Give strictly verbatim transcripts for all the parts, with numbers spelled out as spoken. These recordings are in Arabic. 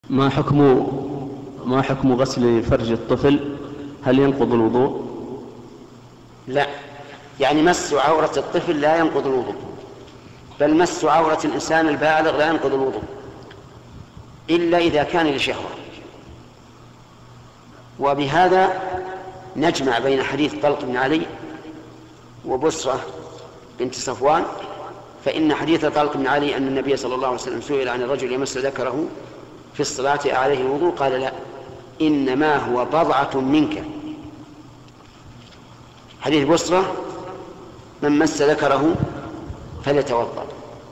ما حكم ما حكم غسل فرج الطفل؟ هل ينقض الوضوء؟ لا، يعني مس عورة الطفل لا ينقض الوضوء، بل مس عورة الإنسان البالغ لا ينقض الوضوء إلا إذا كان لشهوة. وبهذا نجمع بين حديث طلق بن علي وبصرة بنت صفوان، فإن حديث طلق بن علي أن النبي صلى الله عليه وسلم سئل عن الرجل يمس ذكره في الصلاة عليه الوضوء قال لا، إنما هو بضعة منك. حديث بصرة من مس ذكره فليتوضأ.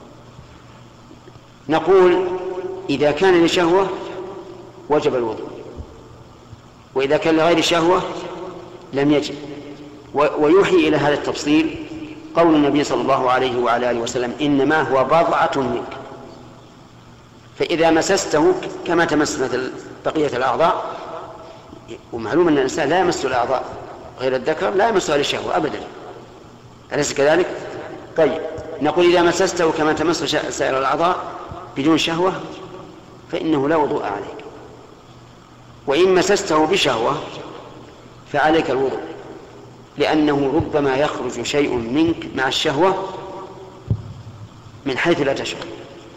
نقول إذا كان لشهوة وجب الوضوء، وإذا كان لغير شهوة لم يجب. ويوحي إلى هذا التفصيل قول النبي صلى الله عليه وعلى آله وسلم إنما هو بضعة منك، فإذا مسسته كما تمس مثل بقية الأعضاء، ومعلوم أن الإنسان لا يمس الأعضاء غير الذكر لا يمسها للشهوة أبدا، أليس كذلك؟ طيب، نقول إذا مسسته كما تمس سائر الأعضاء بدون شهوة فإنه لا وضوء عليك، وإن مسسته بشهوة فعليك الوضوء، لأنه ربما يخرج شيء منك مع الشهوة من حيث لا تشعر.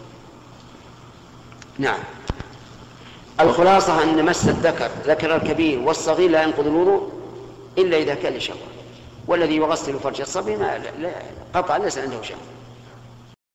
نعم، الخلاصة أن مس الذكر ذكر الكبير والصغير لا ينقض الوضوء إلا إذا كان لشهوة، والذي يغسل فرج الصبي قطعا ليس عنده شهوة.